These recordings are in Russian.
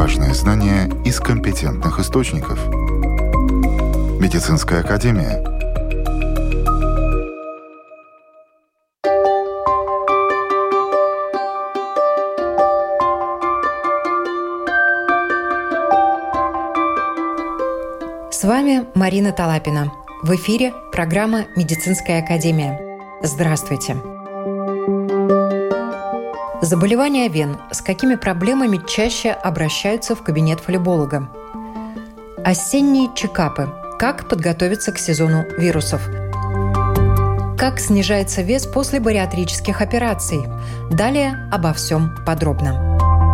Важные знания из компетентных источников. Медицинская академия. С вами Марина Талапина. В эфире программа «Медицинская академия». Здравствуйте. Заболевания вен. С какими проблемами чаще обращаются в кабинет флеболога? Осенние чекапы. Как подготовиться к сезону вирусов? Как снижается вес после бариатрических операций? Далее обо всем подробно.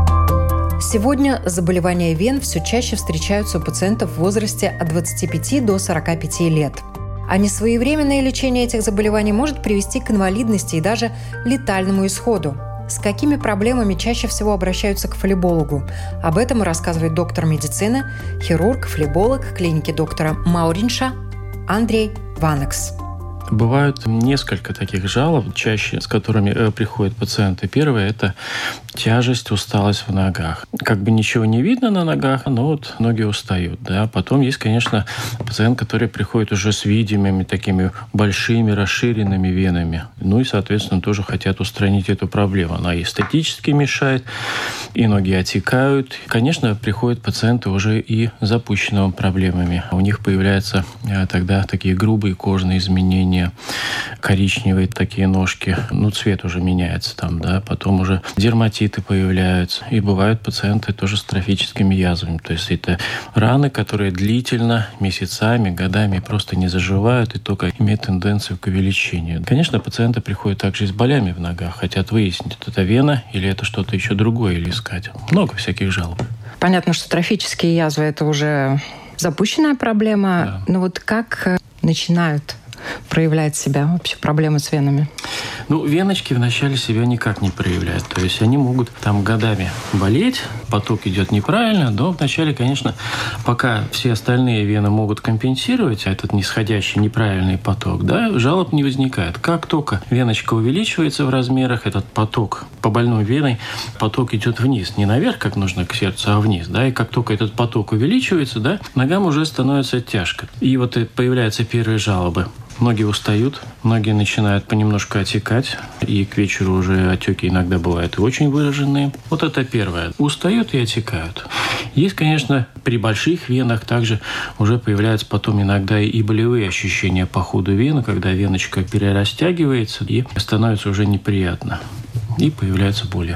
Сегодня заболевания вен все чаще встречаются у пациентов в возрасте от 25 до 45 лет. А несвоевременное лечение этих заболеваний может привести к инвалидности и даже летальному исходу. С какими проблемами чаще всего обращаются к флебологу? Об этом рассказывает доктор медицины, хирург, флеболог клиники доктора Мауринша Андрей Ванекс. Бывают несколько таких жалоб, чаще с которыми приходят пациенты. Первое – это тяжесть, усталость в ногах. Как бы ничего не видно на ногах, но вот ноги устают. Да? Потом есть, конечно, пациент, который приходит уже с видимыми такими большими расширенными венами. Ну и, соответственно, тоже хотят устранить эту проблему. Она эстетически мешает, и ноги отекают. Конечно, приходят пациенты уже и с запущенными проблемами. У них появляются тогда такие грубые кожные изменения, коричневые такие ножки, цвет уже меняется там, да, потом уже дерматиты появляются, и бывают пациенты тоже с трофическими язвами, то есть это раны, которые длительно, месяцами, годами просто не заживают и только имеют тенденцию к увеличению. Конечно, пациенты приходят также и с болями в ногах, хотят выяснить, это вена или это что-то еще другое, или искать. Много всяких жалоб. Понятно, что трофические язвы – это уже запущенная проблема, да. Но вот как начинают проявляет себя вообще проблемы с венами? Веночки вначале себя никак не проявляют. То есть они могут там годами болеть, поток идет неправильно, но вначале, конечно, пока все остальные вены могут компенсировать этот нисходящий неправильный поток, да, жалоб не возникает. Как только веночка увеличивается в размерах, этот поток по больной веной, поток идет вниз, не наверх, как нужно к сердцу, а вниз, да, и как только этот поток увеличивается, да, ногам уже становится тяжко. И вот появляются первые жалобы. Ноги устают, ноги начинают понемножку отекать, и к вечеру уже отеки иногда бывают и очень выраженные. Вот это первое. Устают и отекают. Есть, конечно, при больших венах также уже появляются потом иногда и болевые ощущения по ходу вены, когда веночка перерастягивается и становится уже неприятно. И появляются боли.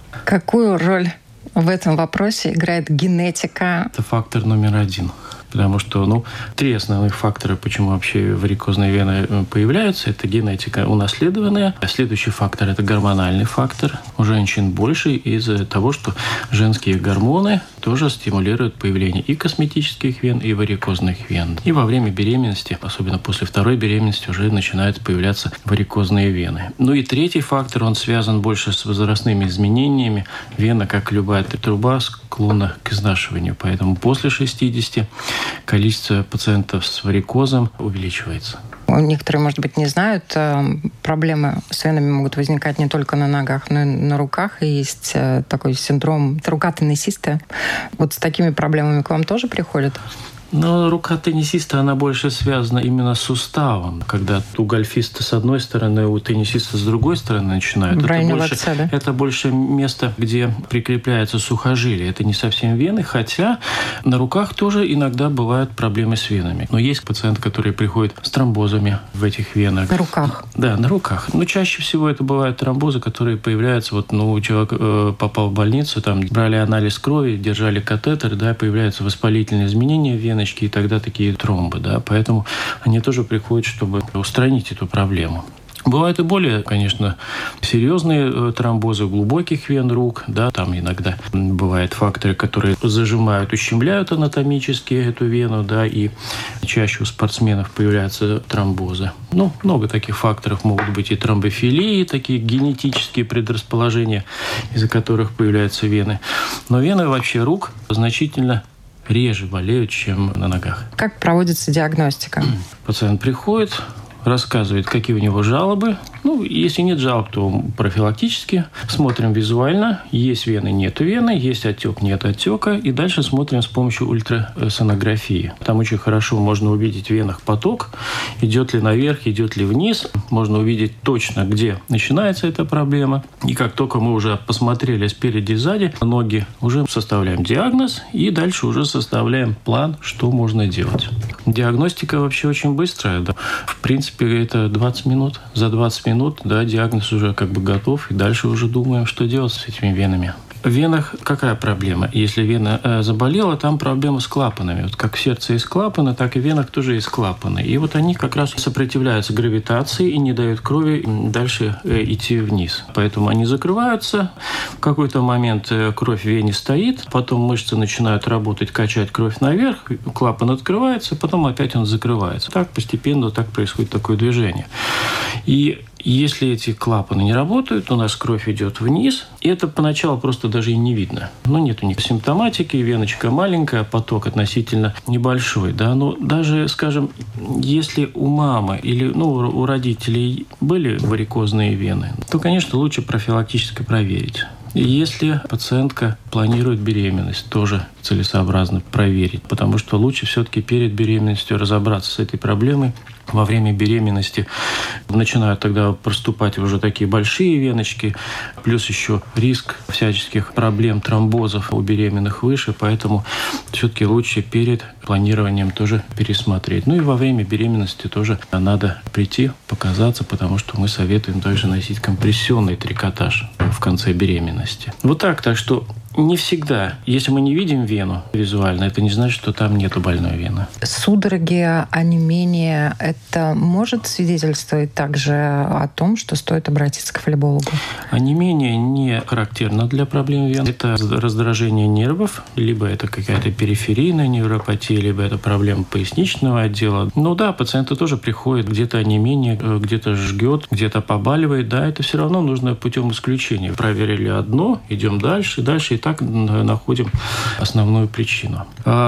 Какую роль в этом вопросе играет генетика? Это фактор номер один. Потому что, три основных фактора, почему вообще варикозные вены появляются. Это генетика унаследованная. Следующий фактор – это гормональный фактор. У женщин больше из-за того, что женские гормоны тоже стимулируют появление и косметических вен, и варикозных вен. И во время беременности, особенно после второй беременности, уже начинают появляться варикозные вены. И третий фактор, он связан больше с возрастными изменениями. Вена, как любая труба, склонна к изнашиванию. Поэтому после 60 количество пациентов с варикозом увеличивается. Некоторые, может быть, не знают, проблемы с венами могут возникать не только на ногах, но и на руках. И есть такой синдром рука теннисиста. Вот с такими проблемами к вам тоже приходят? Но рука теннисиста, она больше связана именно с суставом. Когда у гольфиста с одной стороны, у теннисиста с другой стороны начинают. Это больше место, где прикрепляется сухожилие. Это не совсем вены, хотя на руках тоже иногда бывают проблемы с венами. Но есть пациенты, которые приходят с тромбозами в этих венах. На руках? Да, на руках. Чаще всего это бывают тромбозы, которые появляются, человек попал в больницу, там брали анализ крови, держали катетер, да, появляются воспалительные изменения в венах, и тогда такие тромбы, да, поэтому они тоже приходят, чтобы устранить эту проблему. Бывают и более, конечно, серьезные тромбозы глубоких вен рук, да, там иногда бывают факторы, которые зажимают, ущемляют анатомически эту вену, да, и чаще у спортсменов появляются тромбозы. Много таких факторов могут быть и тромбофилии, такие генетические предрасположения, из-за которых появляются вены. Но вены вообще рук значительно реже болеют, чем на ногах. Как проводится диагностика? Пациент приходит, рассказывает, какие у него жалобы. Если нет жалоб, то профилактически. Смотрим визуально. Есть вены, нет вены. Есть отек, нет отека. И дальше смотрим с помощью ультрасонографии. Там очень хорошо можно увидеть в венах поток. Идет ли наверх, идет ли вниз. Можно увидеть точно, где начинается эта проблема. И как только мы уже посмотрели спереди и сзади ноги, уже составляем диагноз. И дальше уже составляем план, что можно делать. Диагностика вообще очень быстрая. Да. В принципе, это 20 минут. За 20 минут, да, диагноз уже как бы готов. И дальше уже думаем, что делать с этими венами. В венах какая проблема? Если вена заболела, там проблема с клапанами. Вот как в сердце есть клапаны, так и в венах тоже есть клапаны. И вот они как раз сопротивляются гравитации и не дают крови дальше идти вниз. Поэтому они закрываются. В какой-то момент кровь в вене стоит, потом мышцы начинают работать, качать кровь наверх, клапан открывается, потом опять он закрывается. Так постепенно так происходит такое движение. И если эти клапаны не работают, у нас кровь идет вниз, и это поначалу просто даже и не видно. Нет у них симптоматики, веночка маленькая, поток относительно небольшой. Да? Но даже, скажем, если у мамы или у родителей были варикозные вены, то, конечно, лучше профилактически проверить. И если пациентка планирует беременность, тоже целесообразно проверить, потому что лучше все-таки перед беременностью разобраться с этой проблемой. Во время беременности начинают тогда проступать уже такие большие веночки, плюс еще риск всяческих проблем, тромбозов у беременных выше, поэтому все-таки лучше перед планированием тоже пересмотреть. И во время беременности тоже надо прийти, показаться, потому что мы советуем также носить компрессионный трикотаж в конце беременности. Так что не всегда. Если мы не видим вену визуально, это не значит, что там нету больной вены. Судороги, онемение — это может свидетельствовать также о том, что стоит обратиться к флебологу? Онемение не характерно для проблем вен. Это раздражение нервов, либо это какая-то периферийная невропатия, либо это проблема поясничного отдела. Пациенты тоже приходят, где-то онемение, где-то жгет, где-то побаливает. Да, это все равно нужно путем исключения. Проверили одно, идем дальше, и так находим основную причину.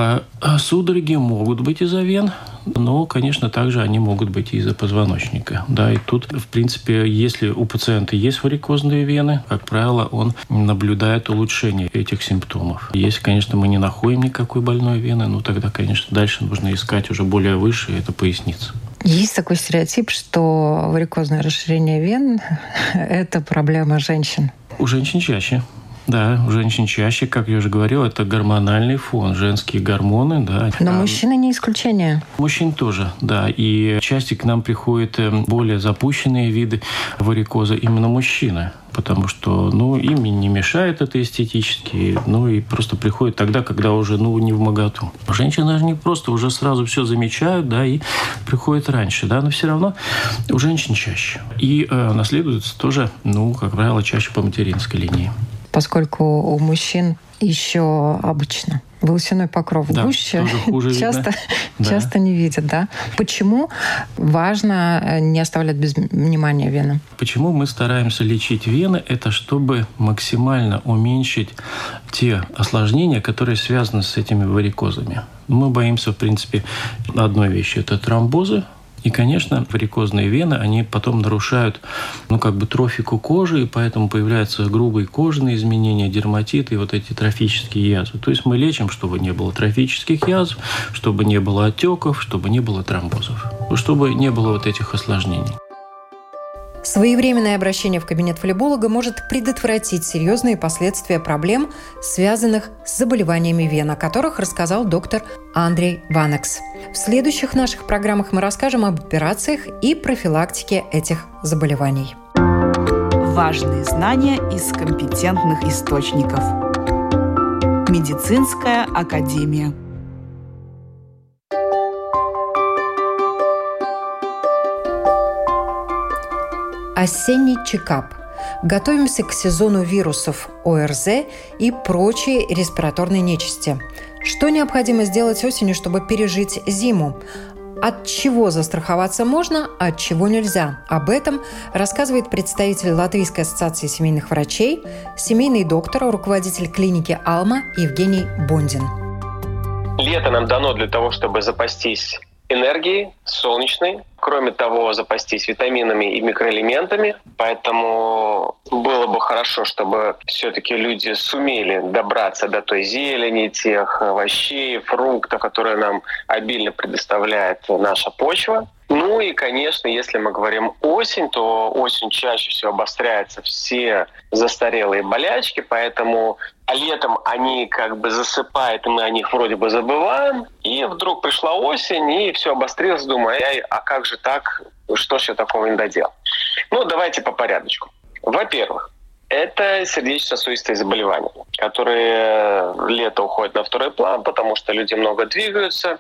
Судороги могут быть из-за вен, но, конечно, также они могут быть и из-за позвоночника. Да, и тут, в принципе, если у пациента есть варикозные вены, как правило, он наблюдает улучшение этих симптомов. Если, конечно, мы не находим никакой больной вены, тогда, конечно, дальше нужно искать уже более выше, это поясница. Есть такой стереотип, что варикозное расширение вен – это проблема женщин. У женщин чаще. Да, у женщин чаще, как я уже говорил, это гормональный фон, женские гормоны, да. Но мужчины не исключение. Мужчин тоже, да. И чаще к нам приходят более запущенные виды варикоза именно мужчины, потому что, им не мешает это эстетически, и просто приходит тогда, когда уже, не вмоготу. Женщины даже не просто уже сразу все замечают, да, и приходят раньше, да, но все равно у женщин чаще. И наследуется тоже, как правило, чаще по материнской линии. Поскольку у мужчин еще обычно волосяной покров гуще, часто не видят. Да? Почему важно не оставлять без внимания вены? Почему мы стараемся лечить вены? Это чтобы максимально уменьшить те осложнения, которые связаны с этими варикозами. Мы боимся, в принципе, одной вещи – это тромбозы. И, конечно, варикозные вены, они потом нарушают, трофику кожи, и поэтому появляются грубые кожные изменения, дерматиты и эти трофические язвы. То есть мы лечим, чтобы не было трофических язв, чтобы не было отеков, чтобы не было тромбозов, чтобы не было этих осложнений. Своевременное обращение в кабинет флеболога может предотвратить серьезные последствия проблем, связанных с заболеваниями вен, о которых рассказал доктор Андрей Ванекс. В следующих наших программах мы расскажем об операциях и профилактике этих заболеваний. Важные знания из компетентных источников. Медицинская академия. Осенний чекап. Готовимся к сезону вирусов ОРЗ и прочей респираторной нечисти. Что необходимо сделать осенью, чтобы пережить зиму? От чего застраховаться можно, а от чего нельзя? Об этом рассказывает представитель Латвийской ассоциации семейных врачей, семейный доктор, руководитель клиники «Алма» Евгений Бондин. Лето нам дано для того, чтобы запастись энергией солнечной. Кроме того, запастись витаминами и микроэлементами. Поэтому было бы хорошо, чтобы все-таки люди сумели добраться до той зелени, тех овощей, фруктов, которые нам обильно предоставляет наша почва. Ну и, конечно, если мы говорим осень, то осень чаще всего обостряются все застарелые болячки, поэтому летом они как бы засыпают, и мы о них вроде бы забываем. И вдруг пришла осень, и все обострилось. Думаю, а как же так? Что ж я такого не доделал? Ну, давайте по порядочку. Во-первых, это сердечно-сосудистые заболевания, которые лето уходят на второй план, потому что люди много двигаются,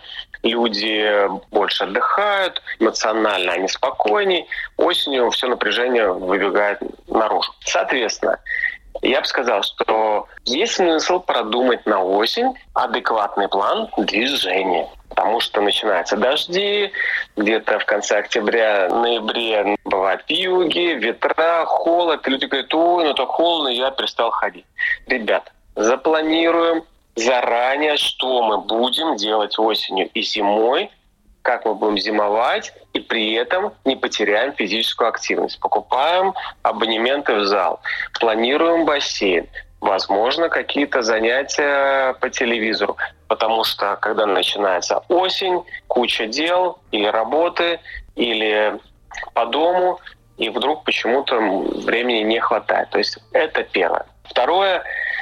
люди больше отдыхают, эмоционально они спокойней. Осенью все напряжение выбегает наружу. Соответственно, я бы сказал, что есть смысл продумать на осень адекватный план движения. Потому что начинаются дожди, где-то в конце октября, ноябре бывают вьюги, ветра, холод. И люди говорят, ой, ну так холодно, я перестал ходить. Ребят, запланируем заранее, что мы будем делать осенью и зимой, как мы будем зимовать, и при этом не потеряем физическую активность. Покупаем абонементы в зал, планируем бассейн, возможно, какие-то занятия по телевизору. Потому что, когда начинается осень, куча дел или работы, или по дому, и вдруг почему-то времени не хватает. То есть это первое. Второе,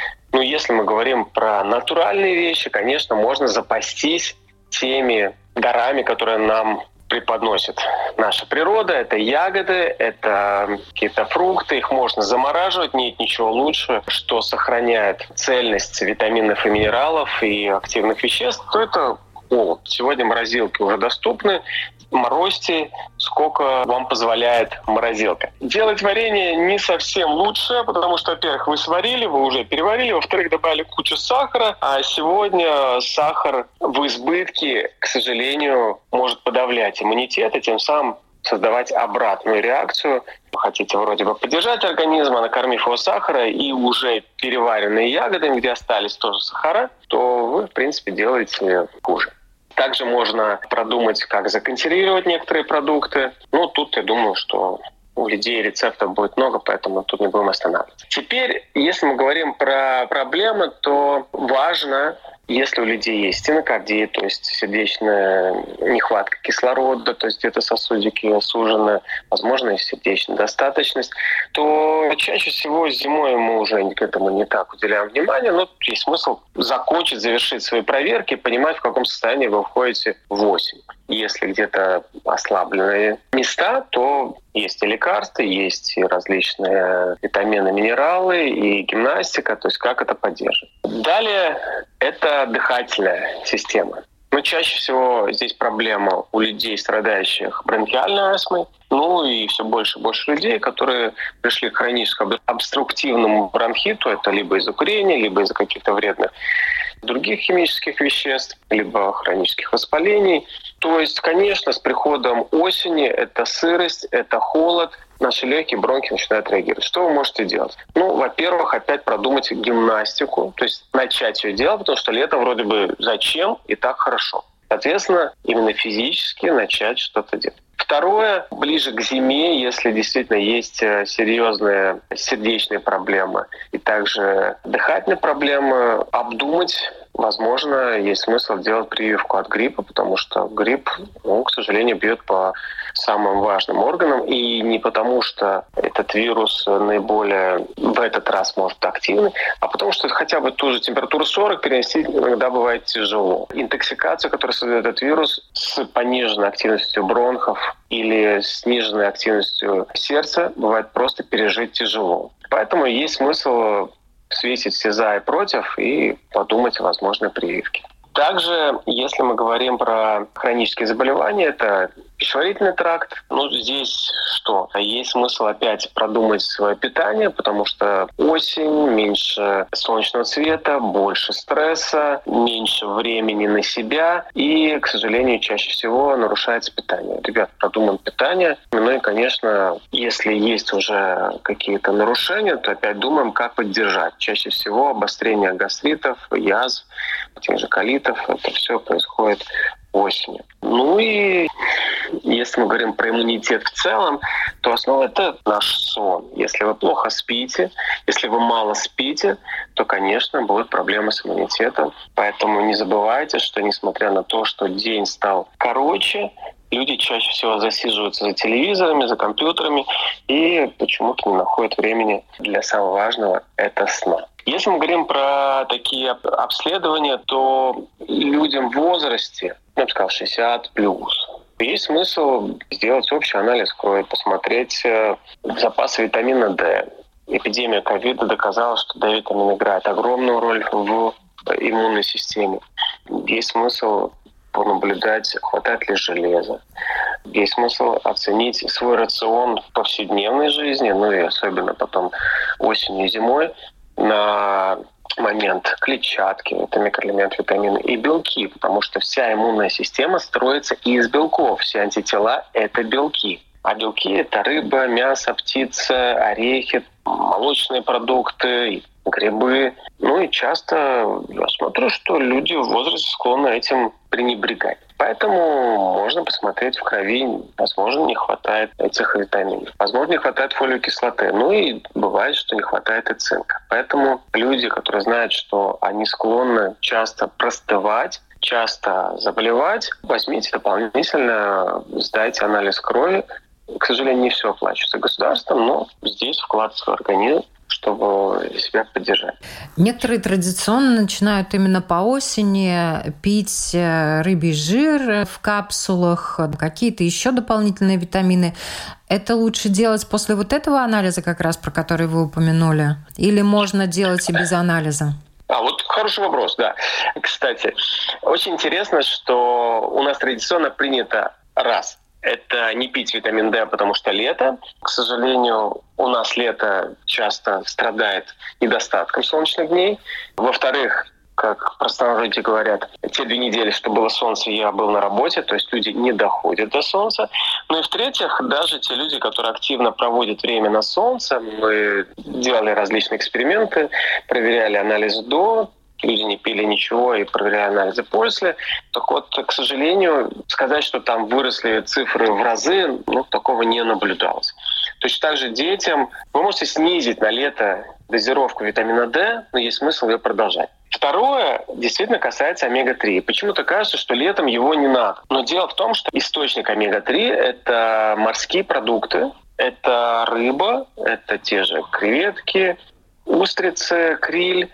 если мы говорим про натуральные вещи, конечно, можно запастись теми дарами, которые нам преподносит наша природа. Это ягоды, это какие-то фрукты. Их можно замораживать. Нет ничего лучше, что сохраняет цельность витаминов и минералов и активных веществ, то это холод. Сегодня морозилки уже доступны. Морозьте, сколько вам позволяет морозилка. Делать варенье не совсем лучше, потому что, во-первых, вы сварили, вы уже переварили, во-вторых, добавили кучу сахара, а сегодня сахар в избытке, к сожалению, может подавлять иммунитет и тем самым создавать обратную реакцию. Вы хотите вроде бы поддержать организм, а накормив его сахара и уже переваренные ягодами, где остались тоже сахара, то вы, в принципе, делаете хуже. Также можно продумать, как законсервировать некоторые продукты. Тут я думаю, что у людей рецептов будет много, поэтому тут не будем останавливаться. Теперь, если мы говорим про проблемы, то важно, если у людей есть стенокардия, то есть сердечная нехватка кислорода, то есть где-то сосудики сужены, возможно, и сердечная достаточность, то чаще всего зимой мы уже к этому не так уделяем внимания, но есть смысл закончить, завершить свои проверки, понимать, в каком состоянии вы входите в осень. Если где-то ослабленные места, то есть и лекарства, есть и различные витамины, минералы, и гимнастика, то есть как это поддерживать. Далее это дыхательная система. Чаще всего здесь проблема у людей, страдающих бронхиальной астмой, и все больше и больше людей, которые пришли к хроническому обструктивному бронхиту, это либо из-за курения, либо из-за каких-то вредных других химических веществ, либо хронических воспалений. То есть, конечно, с приходом осени это сырость, это холод, наши легкие, бронхи начинают реагировать. Что вы можете делать? Во-первых, опять продумать гимнастику, то есть начать ее делать, потому что лето вроде бы зачем и так хорошо. Соответственно, именно физически начать что-то делать. Второе, ближе к зиме, если действительно есть серьезные сердечные проблемы и также дыхательные проблемы, обдумать, возможно, есть смысл делать прививку от гриппа, потому что грипп, к сожалению, бьет по самым важным органам, и не потому, что этот вирус наиболее в этот раз может активный, а потому что хотя бы ту же температуру 40 перенести иногда бывает тяжело. Интоксикация, которую создает этот вирус с пониженной активностью бронхов или сниженной активностью сердца, бывает просто пережить тяжело. Поэтому есть смысл взвесить все за и против и подумать о возможной прививке. Также, если мы говорим про хронические заболевания, это пищеварительный тракт. Здесь что? Есть смысл опять продумать свое питание, потому что осень, меньше солнечного света, больше стресса, меньше времени на себя и, к сожалению, чаще всего нарушается питание. Ребят, продумаем питание. И, конечно, если есть уже какие-то нарушения, то опять думаем, как поддержать. Чаще всего обострение гастритов, язв, тех же колитов, это все происходит осенью. Ну и если мы говорим про иммунитет в целом, то основа — это наш сон. Если вы плохо спите, если вы мало спите, то, конечно, будут проблемы с иммунитетом. Поэтому не забывайте, что несмотря на то, что день стал короче, люди чаще всего засиживаются за телевизорами, за компьютерами и почему-то не находят времени для самого важного — это сна. Если мы говорим про такие обследования, то людям в возрасте, я бы сказал, 60+, есть смысл сделать общий анализ крови, посмотреть запасы витамина D. Эпидемия ковида доказала, что D-витамин играет огромную роль в иммунной системе. Есть смысл понаблюдать, хватает ли железа. Есть смысл оценить свой рацион в повседневной жизни, ну и особенно потом осенью и зимой, на момент клетчатки, это микроэлемент, витамины и белки, потому что вся иммунная система строится из белков. Все антитела — это белки. А белки — это рыба, мясо, птица, орехи, молочные продукты, грибы. Ну и часто я смотрю, что люди в возрасте склонны этим пренебрегать. Поэтому можно посмотреть в крови, возможно, не хватает этих витаминов. Возможно, не хватает фолиевой кислоты. Ну и бывает, что не хватает и цинка. Поэтому люди, которые знают, что они склонны часто простывать, часто заболевать, возьмите дополнительно, сдайте анализ крови. К сожалению, не все оплачивается государством, но здесь вклад в свой организм, чтобы себя поддержать. Некоторые традиционно начинают именно по осени пить рыбий жир в капсулах, какие-то еще дополнительные витамины. Это лучше делать после вот этого анализа, как раз про который вы упомянули? Или можно делать и без анализа? Вот хороший вопрос, да. Кстати, очень интересно, что у нас традиционно принято это не пить витамин D, потому что лето. К сожалению, у нас лето часто страдает недостатком солнечных дней. Во-вторых, как простонародье говорят, те 2 недели, что было солнце, я был на работе, то есть люди не доходят до солнца. Ну и в-третьих, даже те люди, которые активно проводят время на солнце, мы делали различные эксперименты, проверяли анализ до, люди не пили ничего и проверяли анализы после. Так вот, к сожалению, сказать, что там выросли цифры в разы, такого не наблюдалось. Точно так же детям вы можете снизить на лето дозировку витамина D, но есть смысл ее продолжать. Второе действительно касается омега-3. Почему-то кажется, что летом его не надо. Но дело в том, что источник омега-3 — это морские продукты, это рыба, это те же креветки, устрицы, криль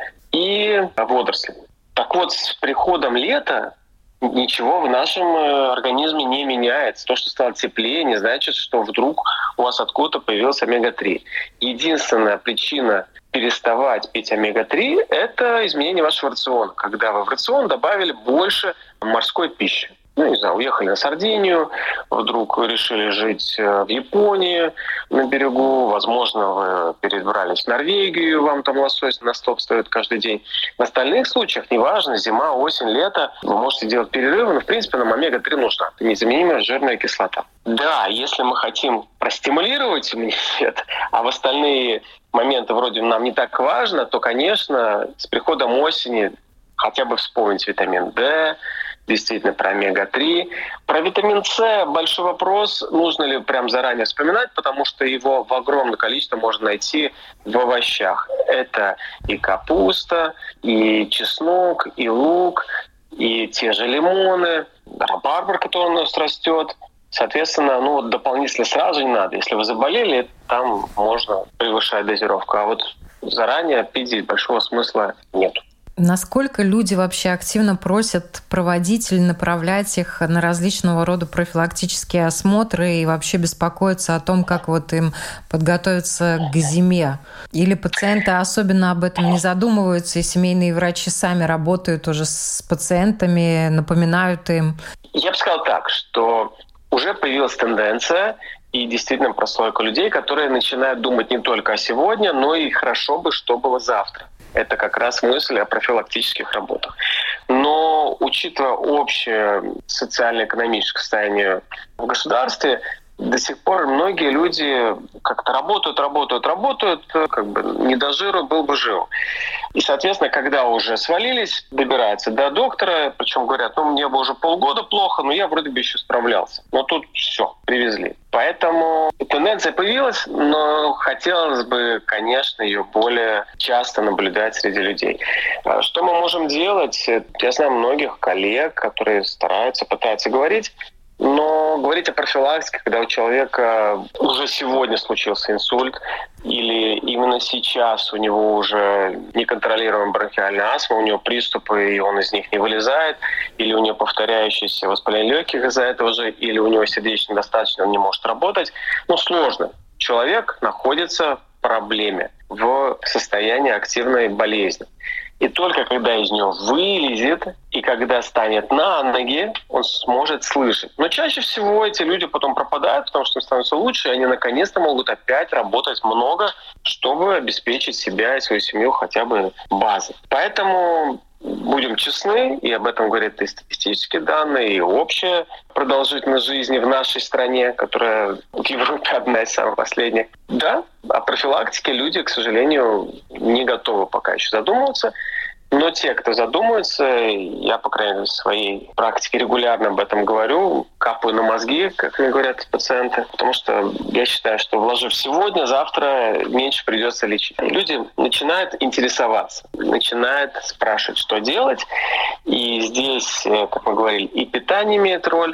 и водоросли. Так вот, с приходом лета ничего в нашем организме не меняется. То, что стало теплее, не значит, что вдруг у вас откуда-то появился омега-3. Единственная причина переставать пить омега-3 — это изменение вашего рациона, когда вы в рацион добавили больше морской пищи. Не знаю, уехали на Сардинию, вдруг решили жить в Японии на берегу, возможно, вы перебрались в Норвегию, вам там лосось на стол встает каждый день. В остальных случаях, неважно, зима, осень, лето, вы можете делать перерывы, но, в принципе, нам омега-3 нужна. Это незаменимая жирная кислота. Да, если мы хотим простимулировать иммунитет, а в остальные моменты вроде нам не так важно, то, конечно, с приходом осени хотя бы вспомнить витамин D, действительно про омега-3. Про витамин С большой вопрос, нужно ли прям заранее вспоминать, потому что его в огромное количество можно найти в овощах. Это и капуста, и чеснок, и лук, и те же лимоны, рабарбар, который у нас растет. Соответственно, дополнительно сразу не надо. Если вы заболели, там можно превышать дозировку. А вот заранее пить здесь большого смысла нет. Насколько люди вообще активно просят проводить или направлять их на различного рода профилактические осмотры и вообще беспокоиться о том, как им подготовиться к зиме? Или пациенты особенно об этом не задумываются, и семейные врачи сами работают уже с пациентами, напоминают им? Я бы сказал так, что уже появилась тенденция и действительно прослойка людей, которые начинают думать не только о сегодня, но и хорошо бы, что было завтра. Это как раз мысль о профилактических работах. Но, учитывая общее социально-экономическое состояние в государстве, до сих пор многие люди как-то работают, как бы не дожируют, был бы жив. И, соответственно, когда уже свалились, добираются до доктора, причем говорят, мне бы уже полгода плохо, но я вроде бы еще справлялся. Но тут все, привезли. Поэтому тенденция появилась, но хотелось бы, конечно, ее более часто наблюдать среди людей. Что мы можем делать? Я знаю многих коллег, которые пытаются говорить, но говорить о профилактике, когда у человека уже сегодня случился инсульт, или именно сейчас у него уже неконтролируемая бронхиальная астма, у него приступы, и он из них не вылезает, или у него повторяющееся воспаление легких из-за этого же, или у него сердечная недостаточность, он не может работать. Сложно. Человек находится в проблеме, в состоянии активной болезни. И только когда из него вылезет, и когда станет на ноги, он сможет слышать. Но чаще всего эти люди потом пропадают, потому что им становится лучше, и они наконец-то могут опять работать много, чтобы обеспечить себя и свою семью хотя бы базой. Поэтому будем честны, и об этом говорят и статистические данные, и общая продолжительность жизни в нашей стране, которая в Европе одна из самых последних. Да, о профилактике люди, к сожалению, не готовы пока еще задумываться. Но те, кто задумаются, я, по крайней мере, в своей практике регулярно об этом говорю, капаю на мозги, как мне говорят пациенты, потому что я считаю, что вложив сегодня, завтра меньше придется лечить. И люди начинают интересоваться, начинают спрашивать, что делать. И здесь, как мы говорили, и питание имеет роль,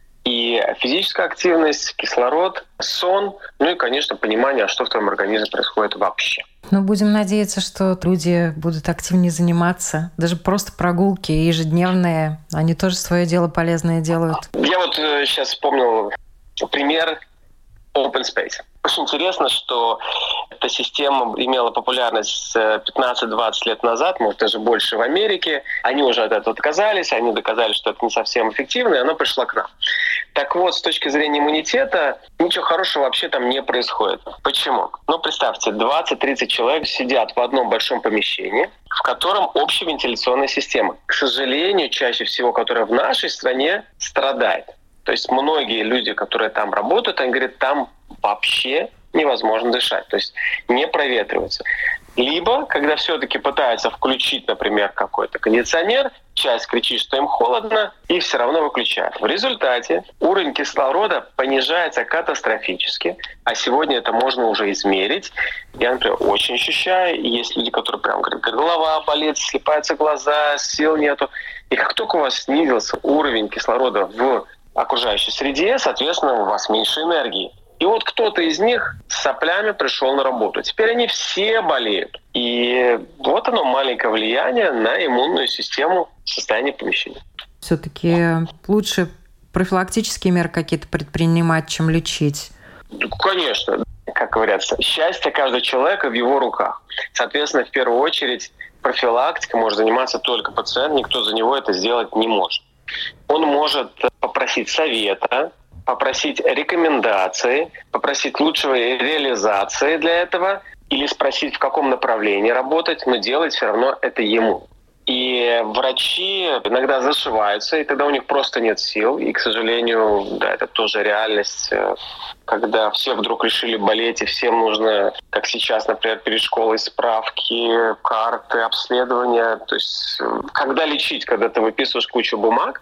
и физическая активность, кислород, сон, и, конечно, понимание, что в твоем организме происходит вообще. Будем надеяться, что люди будут активнее заниматься. Даже просто прогулки ежедневные, они тоже свое дело полезное делают. Я сейчас вспомнил пример Open Space. Очень интересно, что эта система имела популярность 15-20 лет назад, может, даже больше в Америке. Они уже от этого отказались, они доказали, что это не совсем эффективно, и она пришла к нам. Так вот, с точки зрения иммунитета, ничего хорошего вообще там не происходит. Почему? Представьте, 20-30 человек сидят в одном большом помещении, в котором общая вентиляционная система. К сожалению, чаще всего, которая в нашей стране страдает. То есть многие люди, которые там работают, они говорят, там вообще невозможно дышать, то есть не проветривается. Либо, когда все-таки пытаются включить, например, какой-то кондиционер, часть кричит, что им холодно, и все равно выключают. В результате уровень кислорода понижается катастрофически, а сегодня это можно уже измерить. Я, например, очень ощущаю, есть люди, которые прям говорят, голова болит, слипаются глаза, сил нету. И как только у вас снизился уровень кислорода в окружающей среде, соответственно, у вас меньше энергии. И кто-то из них с соплями пришел на работу. Теперь они все болеют. И оно маленькое влияние на иммунную систему в состоянии помещения. Все-таки лучше профилактические меры какие-то предпринимать, чем лечить. Конечно. Как говорится, счастье каждого человека в его руках. Соответственно, в первую очередь профилактикой может заниматься только пациент. Никто за него это сделать не может. Он может попросить совета, попросить рекомендации, попросить лучшей реализации для этого или спросить, в каком направлении работать, но делать все равно это ему. И врачи иногда зашиваются, и тогда у них просто нет сил. И, к сожалению, да, это тоже реальность, когда все вдруг решили болеть, и всем нужно, как сейчас, например, перед школой справки, карты, обследования. То есть когда лечить, когда ты выписываешь кучу бумаг,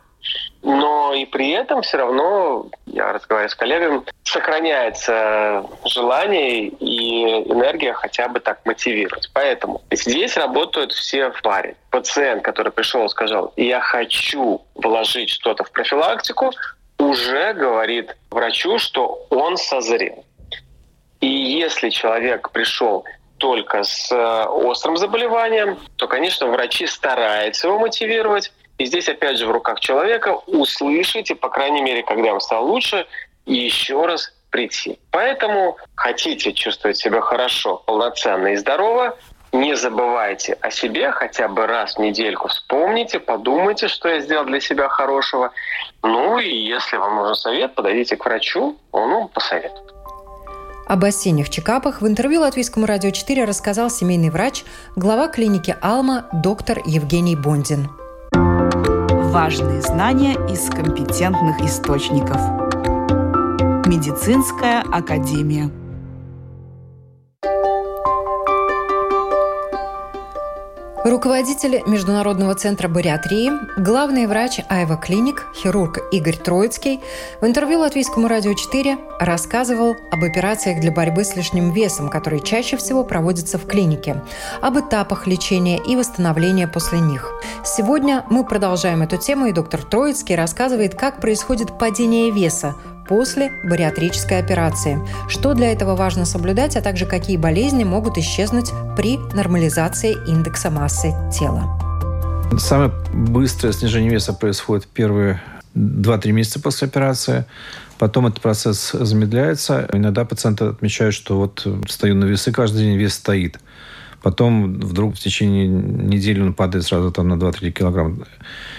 но и при этом все равно, я разговариваю с коллегами, сохраняется желание и энергия хотя бы так мотивировать. Поэтому здесь работают все в паре. Пациент, который пришел и сказал, я хочу вложить что-то в профилактику, уже говорит врачу, что он созрел. И если человек пришел только с острым заболеванием, то, конечно, врачи стараются его мотивировать. И здесь, опять же, в руках человека услышать, и, по крайней мере, когда вам стало лучше, еще раз прийти. Поэтому хотите чувствовать себя хорошо, полноценно и здорово, не забывайте о себе, хотя бы раз в недельку вспомните, подумайте, что я сделал для себя хорошего. И если вам нужен совет, подойдите к врачу, он вам посоветует. Об осенних чекапах в интервью Латвийскому радио 4 рассказал семейный врач, глава клиники «Алма» доктор Евгений Бондин. Важные знания из компетентных источников. Медицинская академия. Руководитель Международного центра бариатрии, главный врач Айва Клиник, хирург Игорь Троицкий в интервью Латвийскому радио 4 рассказывал об операциях для борьбы с лишним весом, которые чаще всего проводятся в клинике, об этапах лечения и восстановления после них. Сегодня мы продолжаем эту тему, и доктор Троицкий рассказывает, как происходит падение веса после бариатрической операции, что для этого важно соблюдать, а также какие болезни могут исчезнуть при нормализации индекса массы тела. Самое быстрое снижение веса происходит в первые 2-3 месяца после операции. Потом этот процесс замедляется. Иногда пациенты отмечают, что вот стою на весы, каждый день вес стоит. Потом вдруг в течение недели он падает сразу там, на 2-3 килограмма.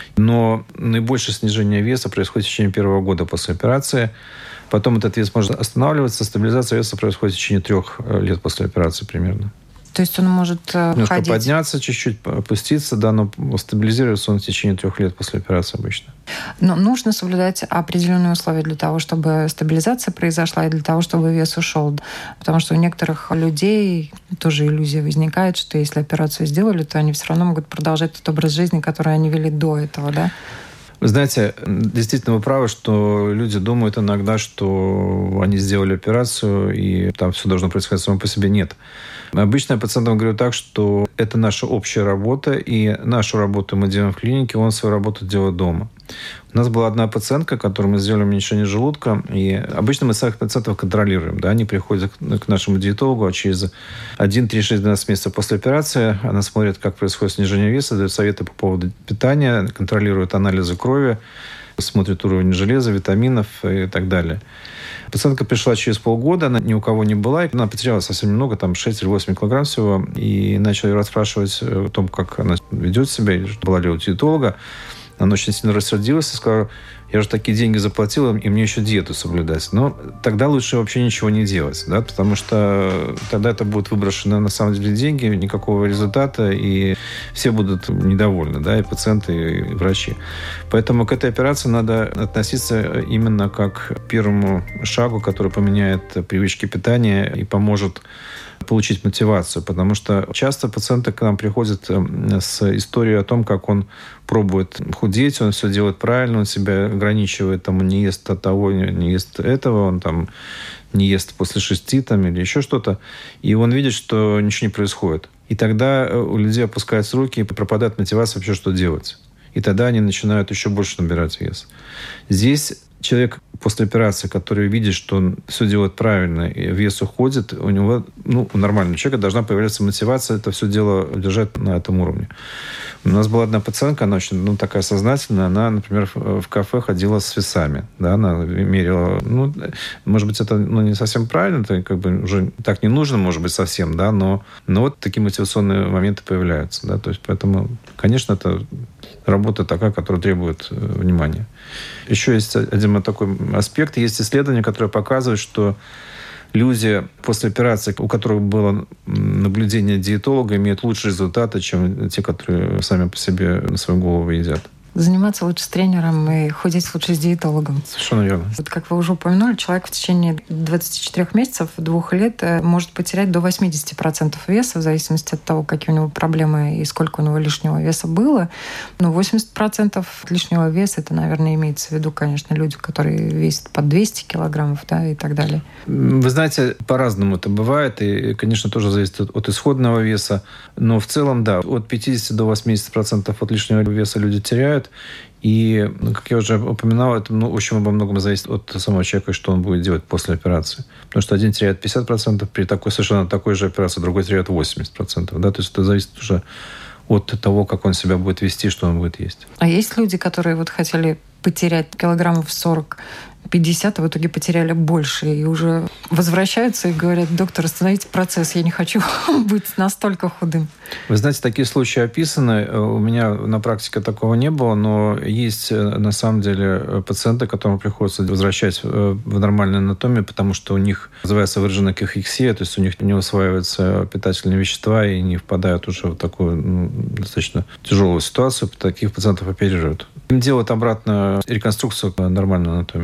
Но наибольшее снижение веса происходит в течение первого года после операции. Потом этот вес может останавливаться. Стабилизация веса происходит в течение 3 лет после операции примерно. То есть он может немножко ходить... подняться, чуть-чуть опуститься, да, но стабилизируется он в течение 3 лет после операции обычно. Но нужно соблюдать определенные условия для того, чтобы стабилизация произошла и для того, чтобы вес ушел. Потому что у некоторых людей тоже иллюзия возникает, что если операцию сделали, то они все равно могут продолжать тот образ жизни, который они вели до этого, да? Вы знаете, действительно вы правы, что люди думают иногда, что они сделали операцию, и там все должно происходить само по себе. Нет. Обычно я пациентам говорю так, что это наша общая работа, и нашу работу мы делаем в клинике, он свою работу делает дома. У нас была одна пациентка, которой мы сделали уменьшение желудка, и обычно мы своих пациентов контролируем. Да? Они приходят к нашему диетологу, а через 1, 3, 6, 12 месяцев после операции она смотрит, как происходит снижение веса, дает советы по поводу питания, контролирует анализы крови, смотрит уровень железа, витаминов и так далее. Пациентка пришла через полгода, она ни у кого не была, и она потеряла совсем немного, там 6 или 8 килограмм всего, и начали расспрашивать о том, как она ведет себя, и была ли у диетолога. Она очень сильно рассердилась и сказала: я же такие деньги заплатила, и мне еще диету соблюдать. Но тогда лучше вообще ничего не делать, да, потому что тогда это будет выброшено на самом деле деньги, никакого результата, и все будут недовольны, да, и пациенты, и врачи. Поэтому к этой операции надо относиться именно как к первому шагу, который поменяет привычки питания и поможет получить мотивацию, потому что часто пациенты к нам приходят с историей о том, как он пробует худеть, он все делает правильно, он себя ограничивает, там, он не ест от того, не ест этого, он там не ест после 6 там, или еще что-то, и он видит, что ничего не происходит. И тогда у людей опускаются руки, и пропадает мотивация вообще, что делать. И тогда они начинают еще больше набирать вес. Здесь человек после операции, который видит, что он все делает правильно, и вес уходит, у него, у нормального человека должна появляться мотивация это все дело удержать на этом уровне. У нас была одна пациентка, она очень такая сознательная, она, например, в кафе ходила с весами, да, она мерила, может быть, это не совсем правильно, это как бы уже так не нужно, может быть, совсем, да, но вот такие мотивационные моменты появляются, да, то есть поэтому, конечно, это работа такая, которая требует внимания. Еще есть один такой аспект. Есть исследования, которые показывают, что люди после операции, у которых было наблюдение диетолога, имеют лучшие результаты, чем те, которые сами по себе на свою голову едят. Заниматься лучше с тренером и худеть лучше с диетологом. Совершенно верно. Вот как вы уже упомянули, человек в течение 24 месяцев, 2 лет может потерять до 80% веса, в зависимости от того, какие у него проблемы и сколько у него лишнего веса было. Но 80% лишнего веса, это, наверное, имеется в виду, конечно, люди, которые весят под 200 килограммов, да, и так далее. Вы знаете, по-разному это бывает, и, конечно, тоже зависит от исходного веса. Но в целом, да, от 50 до 80% от лишнего веса люди теряют. И, как я уже упоминал, это очень во многом зависит от самого человека, что он будет делать после операции. Потому что один теряет 50% при совершенно такой же операции, другой теряет 80%. Да? То есть это зависит уже от того, как он себя будет вести, что он будет есть. А есть люди, которые вот хотели потерять килограммов 40, 50, а в итоге потеряли больше и уже возвращаются и говорят: доктор, остановите процесс, я не хочу быть настолько худым. Вы знаете, такие случаи описаны. У меня на практике такого не было, но есть на самом деле пациенты, которым приходится возвращать в нормальную анатомию, потому что у них называется выраженная кахексия, то есть у них не усваиваются питательные вещества и не впадают уже в такую достаточно тяжелую ситуацию. Таких пациентов оперируют. Им делают обратно реконструкцию нормальной анатомии.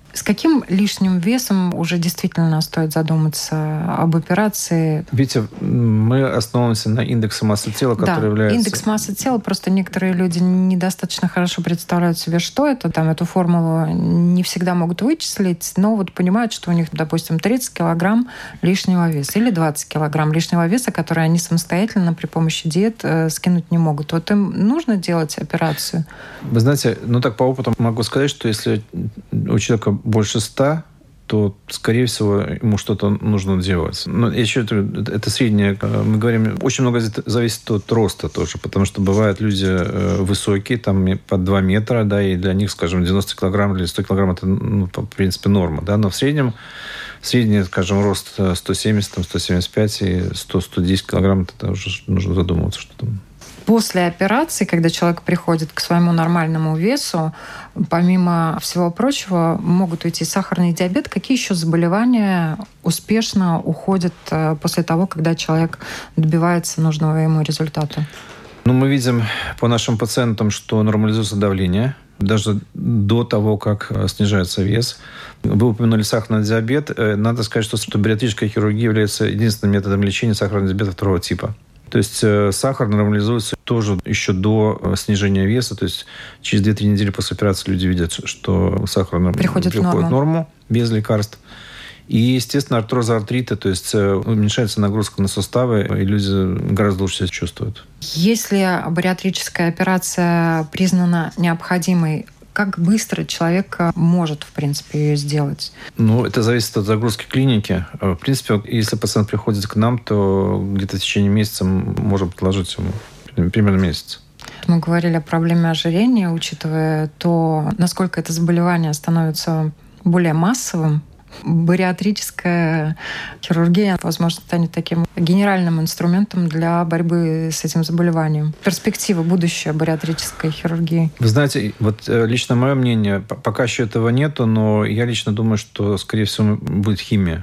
С каким лишним весом уже действительно стоит задуматься об операции? Видите, мы основываемся на индексе массы тела, который является... индекс массы тела. Просто некоторые люди недостаточно хорошо представляют себе, что это. Там эту формулу не всегда могут вычислить, но вот понимают, что у них, допустим, 30 килограмм лишнего веса или 20 килограмм лишнего веса, которые они самостоятельно при помощи диет скинуть не могут. Вот им нужно делать операцию? Вы знаете, так по опыту могу сказать, что если у человека больше 100, то, скорее всего, ему что-то нужно делать. Но еще это среднее. Мы говорим, очень много зависит от роста тоже, потому что бывают люди высокие, там под 2 метра, да, и для них, скажем, 90 килограмм или 100 килограмм это, в принципе, норма, да, но в среднем, средний, скажем, рост 170, 175 и 100-110 килограмм, это уже нужно задумываться, что там. После операции, когда человек приходит к своему нормальному весу, помимо всего прочего, могут уйти сахарный диабет. Какие еще заболевания успешно уходят после того, когда человек добивается нужного ему результата? Мы видим по нашим пациентам, что нормализуется давление, даже до того, как снижается вес. Вы упомянули сахарный диабет. Надо сказать, что бариатрическая хирургия является единственным методом лечения сахарного диабета второго типа. То есть сахар нормализуется тоже еще до снижения веса. То есть через 2-3 недели после операции люди видят, что сахар приходит в норму без лекарств. И, естественно, артрозы, артриты, то есть уменьшается нагрузка на суставы, и люди гораздо лучше себя чувствуют. Если бариатрическая операция признана необходимой, как быстро человек может, в принципе, ее сделать? Это зависит от загрузки клиники. В принципе, если пациент приходит к нам, то где-то в течение месяца можем предложить ему примерно месяц. Мы говорили о проблеме ожирения, учитывая то, насколько это заболевание становится более массовым. Бариатрическая хирургия, возможно, станет таким генеральным инструментом для борьбы с этим заболеванием. Перспектива, будущее бариатрической хирургии. Вы знаете, вот лично мое мнение, пока еще этого нету, но я лично думаю, что, скорее всего, будет химия.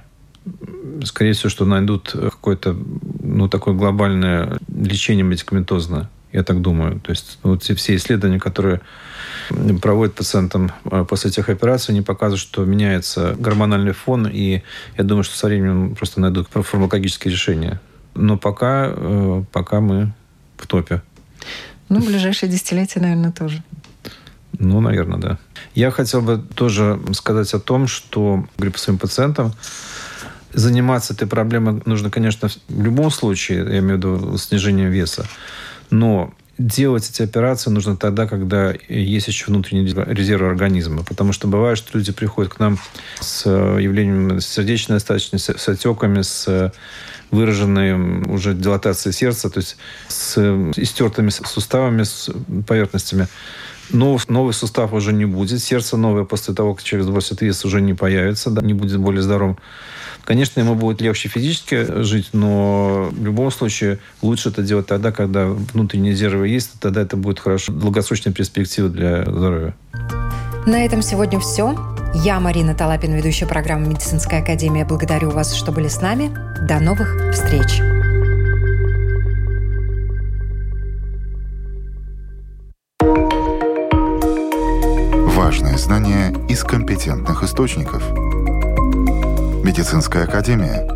Скорее всего, что найдут какое-то такое глобальное лечение медикаментозное. Я так думаю. То есть все исследования, которые проводят пациентам после этих операций, они показывают, что меняется гормональный фон, и я думаю, что со временем просто найдут фармакологические решения. Но пока мы в топе. В ближайшие десятилетия, наверное, тоже. Наверное, да. Я хотел бы тоже сказать о том, что, говорю по своим пациентам, заниматься этой проблемой нужно, конечно, в любом случае, я имею в виду снижение веса, но делать эти операции нужно тогда, когда есть еще внутренний резерв организма. Потому что бывает, что люди приходят к нам с явлением сердечной достаточности, с отеками, с выраженной уже дилатацией сердца, то есть с истертыми суставами, с поверхностями. Но новый сустав уже не будет. Сердце новое после того, как человек сбросит вес, уже не появится, не будет более здоровым. Конечно, ему будет легче физически жить, но в любом случае лучше это делать тогда, когда внутренние резервы есть, тогда это будет хорошо. Долгосрочная перспектива для здоровья. На этом сегодня все. Я, Марина Талапин, ведущая программы «Медицинская академия». Благодарю вас, что были с нами. До новых встреч! Важные знания из компетентных источников. Медицинская академия.